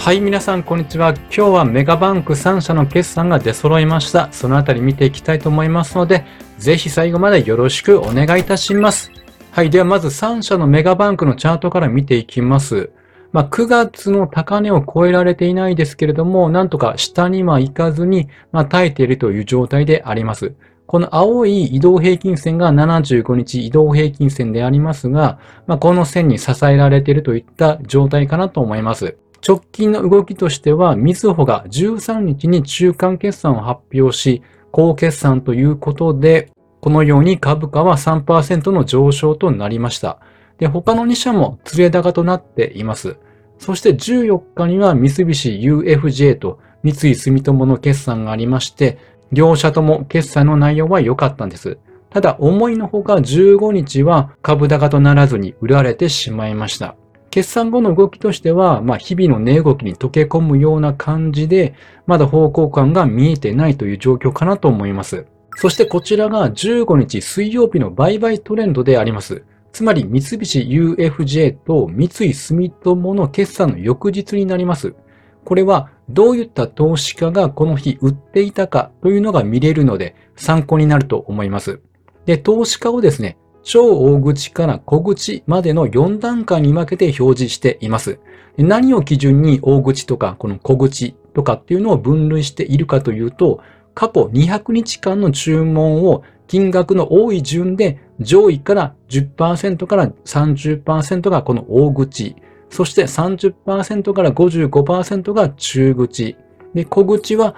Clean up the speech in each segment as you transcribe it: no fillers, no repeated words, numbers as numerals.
はい、皆さん、こんにちは。今日はメガバンク3社の決算が出揃いました。そのあたり見ていきたいと思いますので、ぜひ最後までよろしくお願いいたします。はい、ではまず3社のメガバンクのチャートから見ていきます。9月の高値を超えられていないですけれども、なんとか下には行かずに、耐えているという状態であります。この青い移動平均線が75日移動平均線でありますが、この線に支えられているといった状態かなと思います。直近の動きとしては、みずほが13日に中間決算を発表し、高決算ということで、このように株価は 3% の上昇となりました。で、他の2社も釣れ高となっています。そして14日には三菱 UFJ と三井住友の決算がありまして、両社とも決算の内容は良かったんです。ただ、思いのほか15日は株高とならずに売られてしまいました。決算後の動きとしては、日々の値動きに溶け込むような感じで、まだ方向感が見えてないという状況かなと思います。そしてこちらが15日水曜日の売買トレンドであります。つまり三菱 UFJ と三井住友の決算の翌日になります。これはどういった投資家がこの日売っていたかというのが見れるので参考になると思います。で、投資家をですね、超大口から小口までの4段階に分けて表示しています。何を基準に大口とかこの小口とかっていうのを分類しているかというと、過去200日間の注文を金額の多い順で上位から 10% から 30% がこの大口、そして 30% から 55% が中口、で、小口は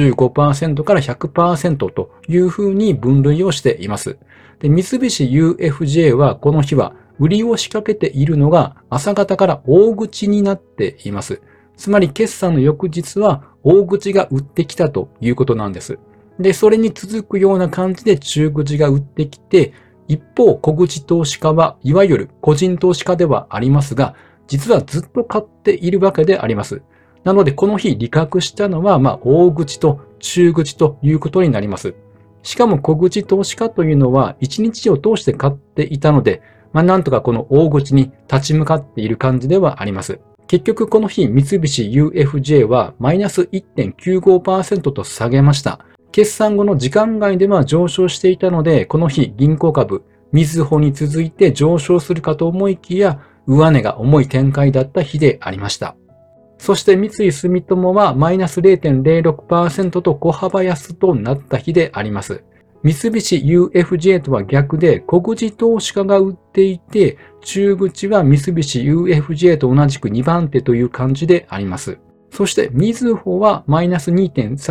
55% から 100% というふうに分類をしています。で、三菱 UFJ はこの日は売りを仕掛けているのが朝方から大口になっています。つまり決算の翌日は大口が売ってきたということなんです。で、それに続くような感じで中口が売ってきて、一方小口投資家はいわゆる個人投資家ではありますが、実はずっと買っているわけであります。なのでこの日利確したのは大口と中口ということになります。しかも小口投資家というのは1日を通して買っていたので、なんとかこの大口に立ち向かっている感じではあります。結局この日三菱 UFJ はマイナス 1.95% と下げました。決算後の時間外では上昇していたので、この日銀行株、みずほに続いて上昇するかと思いきや、上値が重い展開だった日でありました。そして三井住友はマイナス 0.06% と小幅安となった日であります。三菱 UFJ とは逆で小口投資家が売っていて、中口は三菱 UFJ と同じく2番手という感じであります。そしてみずほはマイナス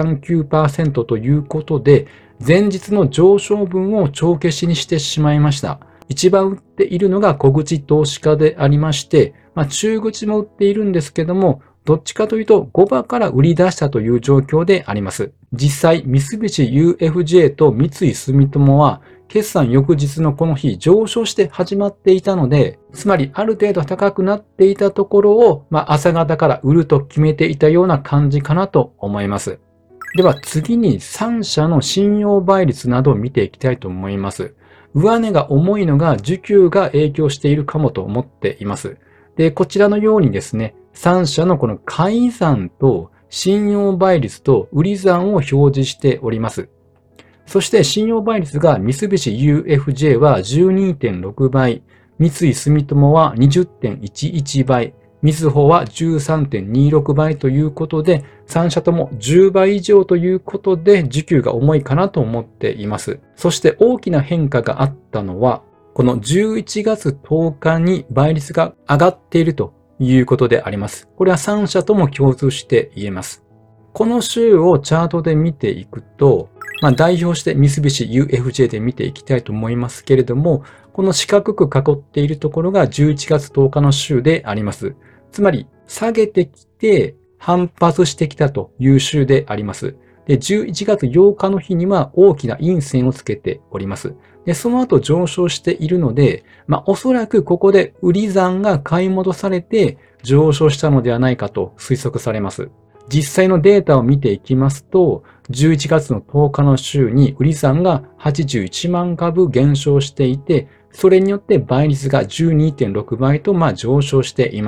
2.39% ということで、前日の上昇分を帳消しにしてしまいました。一番売っているのが小口投資家でありまして、中口も売っているんですけども、どっちかというと5場から売り出したという状況であります。実際、三菱 UFJ と三井住友は決算翌日のこの日上昇して始まっていたので、つまりある程度高くなっていたところを、朝方から売ると決めていたような感じかなと思います。では次に3社の信用倍率などを見ていきたいと思います。上値が重いのが需給が影響しているかもと思っています。で、こちらのようにですね、3社のこの買い算と信用倍率と売り算を表示しております。そして信用倍率が三菱 UFJ は 12.6 倍、三井住友は 20.11 倍、みずほは 13.26 倍ということで、3社とも10倍以上ということで需給が重いかなと思っています。そして大きな変化があったのは、この11月10日に倍率が上がっているということであります。これは3社とも共通して言えます。この週をチャートで見ていくと、代表して三菱 UFJ で見ていきたいと思いますけれども、この四角く囲っているところが11月10日の週であります。つまり、下げてきて反発してきたという週であります。で、11月8日の日には大きな陰線をつけております。で、その後上昇しているので、おそらくここで売り算が買い戻されて上昇したのではないかと推測されます。実際のデータを見ていきますと、11月の10日の週に売り算が81万株減少していて、それによって倍率が 12.6 倍と上昇しています。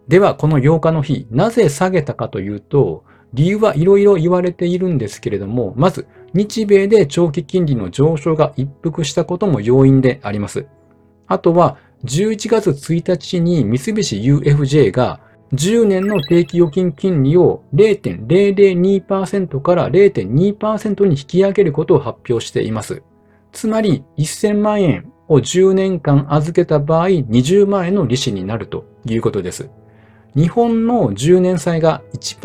では、この8日の日、なぜ下げたかというと、理由はいろいろ言われているんですけれども、まず、日米で長期金利の上昇が一服したことも要因であります。あとは、11月1日に三菱 UFJ が10年の定期預金金利を 0.002% から 0.2% に引き上げることを発表しています。つまり、1000万円を10年間預けた場合、20万円の利子になるということです。日本の10年債が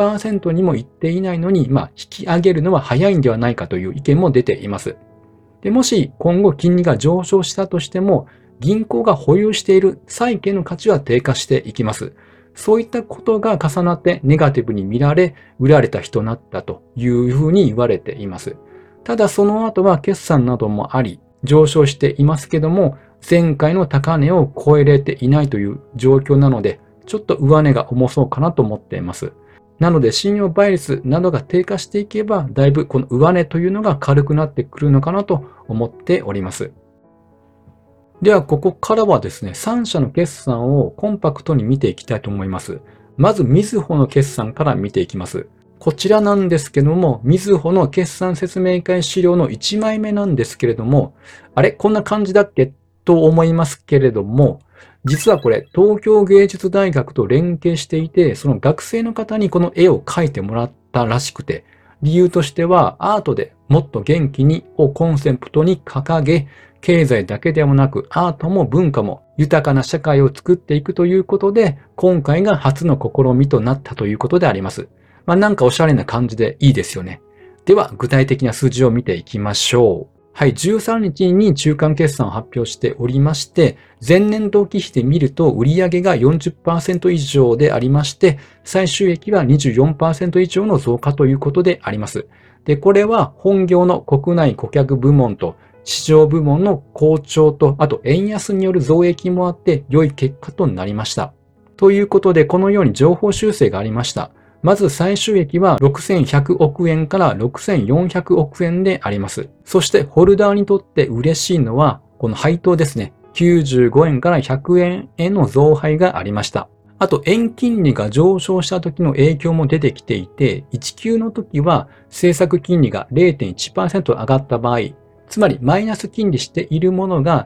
1% にもいっていないのに、引き上げるのは早いんではないかという意見も出ています。で、もし今後金利が上昇したとしても、銀行が保有している債券の価値は低下していきます。そういったことが重なってネガティブに見られ、売られた人になったというふうに言われています。ただその後は決算などもあり、上昇していますけども、前回の高値を超えれていないという状況なので、ちょっと上値が重そうかなと思っています。なので、信用倍率などが低下していけば、だいぶこの上値というのが軽くなってくるのかなと思っております。では、ここからはですね、3社の決算をコンパクトに見ていきたいと思います。まず、みずほの決算から見ていきます。こちらなんですけども、みずほの決算説明会資料の1枚目なんですけれども、あれこんな感じだっけと思いますけれども、実はこれ、東京芸術大学と連携していて、その学生の方にこの絵を描いてもらったらしくて、理由としては、アートでもっと元気にをコンセプトに掲げ、経済だけではなく、アートも文化も豊かな社会を作っていくということで、今回が初の試みとなったということであります。なんかおしゃれな感じでいいですよね。では、具体的な数字を見ていきましょう。はい、13日に中間決算を発表しておりまして、前年同期比で見ると売上が 40% 以上でありまして、最収益は 24% 以上の増加ということであります。で、これは本業の国内顧客部門と市場部門の好調と、あと円安による増益もあって良い結果となりました。ということで、このように情報修正がありました。まず最収益は6100億円から6400億円であります。そしてホルダーにとって嬉しいのは、この配当ですね。95円から100円への増配がありました。あと、円金利が上昇した時の影響も出てきていて、1級の時は政策金利が 0.1% 上がった場合、つまりマイナス金利しているものが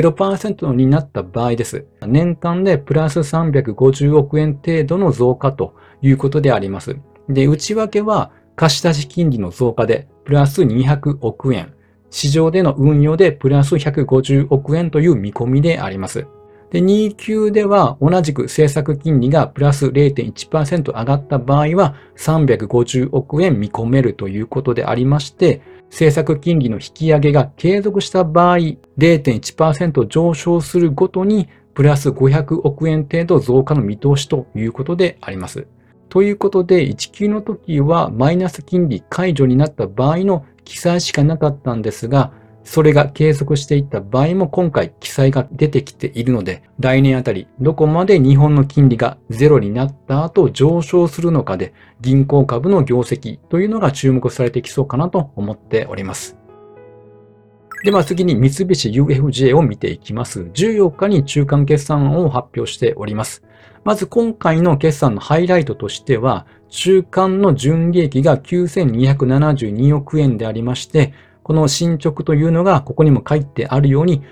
0% になった場合です。年間でプラス350億円程度の増加ということであります。で、内訳は貸出金利の増加でプラス200億円、市場での運用でプラス150億円という見込みであります。で、2級では同じく政策金利がプラス 0.1% 上がった場合は350億円見込めるということでありまして、政策金利の引き上げが継続した場合、0.1% 上昇するごとにプラス500億円程度増加の見通しということであります。ということで、1級の時はマイナス金利解除になった場合の記載しかなかったんですが、それが継続していった場合も今回記載が出てきているので、来年あたりどこまで日本の金利がゼロになった後上昇するのかで、銀行株の業績というのが注目されてきそうかなと思っております。では次に三菱 UFJ を見ていきます。14日に中間決算を発表しております。まず今回の決算のハイライトとしては、中間の純利益が9272億円でありまして、この進捗というのがここにも書いてあるように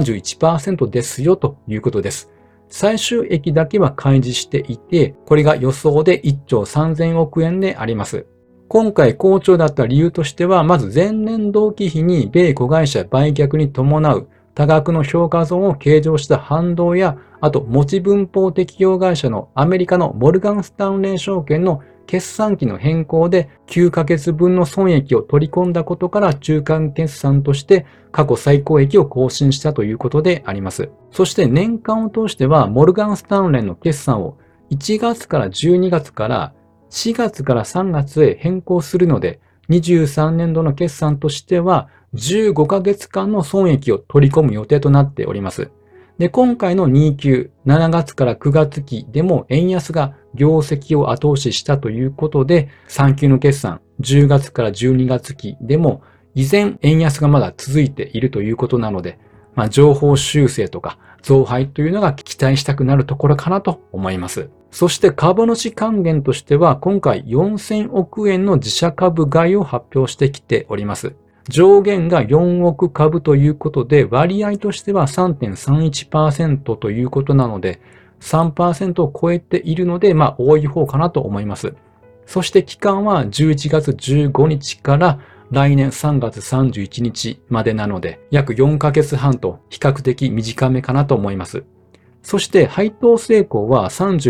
71% ですよということです。最終益だけは開示していて、これが予想で1兆3000億円であります。今回好調だった理由としては、まず前年同期比に米子会社売却に伴う多額の評価損を計上した反動や、あと持ち分法適用会社のアメリカのモルガンスタンレー証券の決算期の変更で9ヶ月分の損益を取り込んだことから中間決算として過去最高益を更新したということであります。そして年間を通してはモルガンスタンレーの決算を1月から12月から4月から3月へ変更するので、23年度の決算としては15ヶ月間の損益を取り込む予定となっております。で、今回の2級、7月から9月期でも円安が業績を後押ししたということで、3級の決算、10月から12月期でも依然円安がまだ続いているということなので、 情報修正とか増配というのが期待したくなるところかなと思います。そして株主還元としては今回4000億円の自社株買いを発表してきております。上限が4億株ということで割合としては 3.31% ということなので 3% を超えているので多い方かなと思います。そして期間は11月15日から来年3月31日までなので約4ヶ月半と比較的短めかなと思います。そして配当成功は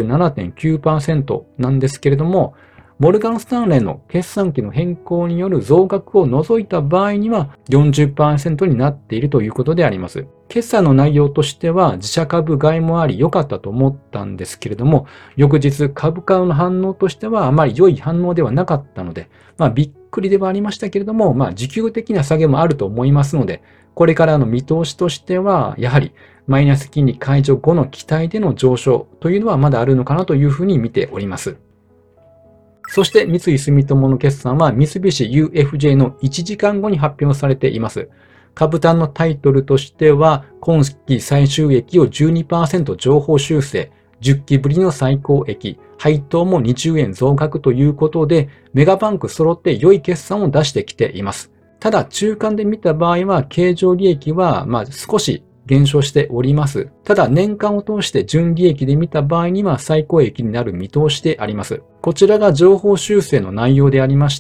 37.9% なんですけれども、モルガン・スタンレーの決算期の変更による増額を除いた場合には 40% になっているということであります。決算の内容としては自社株買いもあり良かったと思ったんですけれども、翌日株価の反応としてはあまり良い反応ではなかったので、びっくりではありましたけれども、需給的な下げもあると思いますので、これからの見通しとしては、やはりマイナス金利解除後の期待での上昇というのはまだあるのかなというふうに見ております。そして三井住友の決算は三菱 UFJ の1時間後に発表されています。株単のタイトルとしては、今期最終益を 12% 上方修正、10期ぶりの最高益、配当も20円増額ということで、メガバンク揃って良い決算を出してきています。ただ、中間で見た場合は、経常利益は少し減少しております。ただ年間を通して純利益で見た場合には最高益になる見通しであります。こちらが情報修正の内容でありまして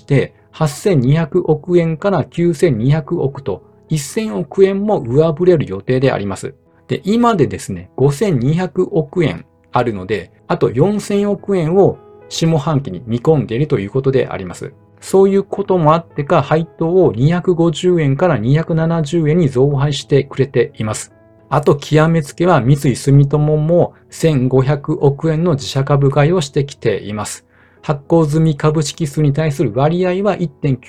、8200億円から9200億と1000億円も上振れる予定であります。で、今でですね、5200億円あるので、あと4000億円を下半期に見込んでいるということであります。そういうこともあってか、配当を250円から270円に増配してくれています。あと極めつけは三井住友も1500億円の自社株買いをしてきています。発行済み株式数に対する割合は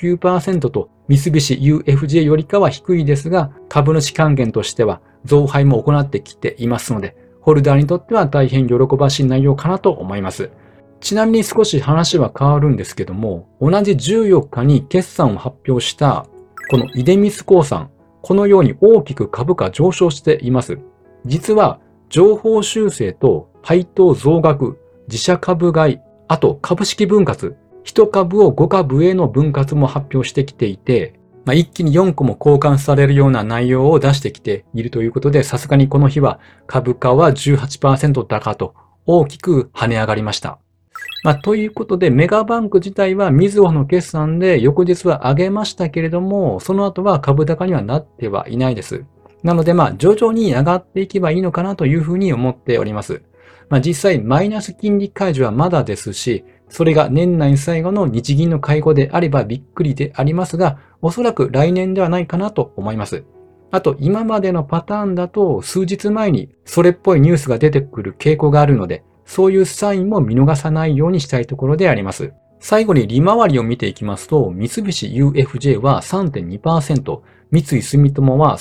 1.9% と三菱 UFJ よりかは低いですが、株主還元としては増配も行ってきていますので、ホルダーにとっては大変喜ばしい内容かなと思います。ちなみに少し話は変わるんですけども、同じ14日に決算を発表したこの出光興産、このように大きく株価上昇しています。実は情報修正と配当増額、自社株買い、あと株式分割、1株を5株への分割も発表してきていて、一気に4個も交換されるような内容を出してきているということで、さすがにこの日は株価は 18% 高と大きく跳ね上がりました。ということで、メガバンク自体はみずほの決算で翌日は上げましたけれども、その後は株高にはなってはいないです。なので、徐々に上がっていけばいいのかなというふうに思っております。実際、マイナス金利解除はまだですし、それが年内最後の日銀の会合であればびっくりでありますが、おそらく来年ではないかなと思います。あと、今までのパターンだと、数日前にそれっぽいニュースが出てくる傾向があるので、そういうサインも見逃さないようにしたいところであります。最後に利回りを見ていきますと、三菱 UFJ は 3.2%、三井住友は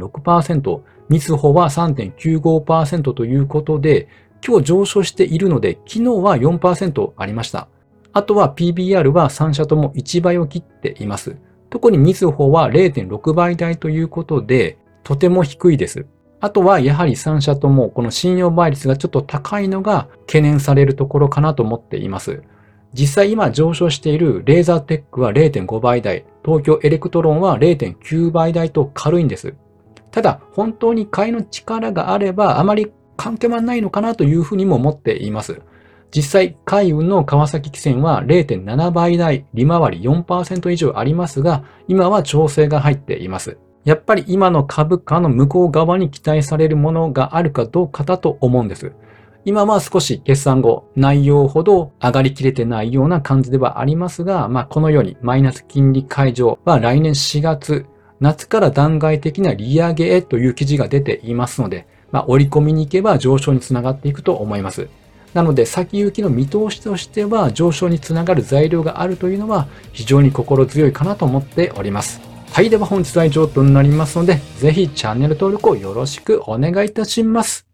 3.6%、みずほは 3.95% ということで、今日上昇しているので、昨日は 4% ありました。あとは PBR は3社とも1倍を切っています。特にみずほは 0.6 倍台ということで、とても低いです。あとはやはり3社ともこの信用倍率がちょっと高いのが懸念されるところかなと思っています。実際今上昇しているレーザーテックは 0.5 倍台、東京エレクトロンは 0.9 倍台と軽いんです。ただ本当に買いの力があればあまり関係はないのかなというふうにも思っています。実際海運の川崎汽船は 0.7 倍台、利回り 4% 以上ありますが、今は調整が入っています。やっぱり今の株価の向こう側に期待されるものがあるかどうかだと思うんです。今は少し決算後、内容ほど上がりきれてないような感じではありますが、このようにマイナス金利解除は来年4月、夏から段階的な利上げへという記事が出ていますので、織り込みに行けば上昇につながっていくと思います。なので先行きの見通しとしては上昇につながる材料があるというのは非常に心強いかなと思っております。はい、では本日は以上となりますので、ぜひチャンネル登録をよろしくお願いいたします。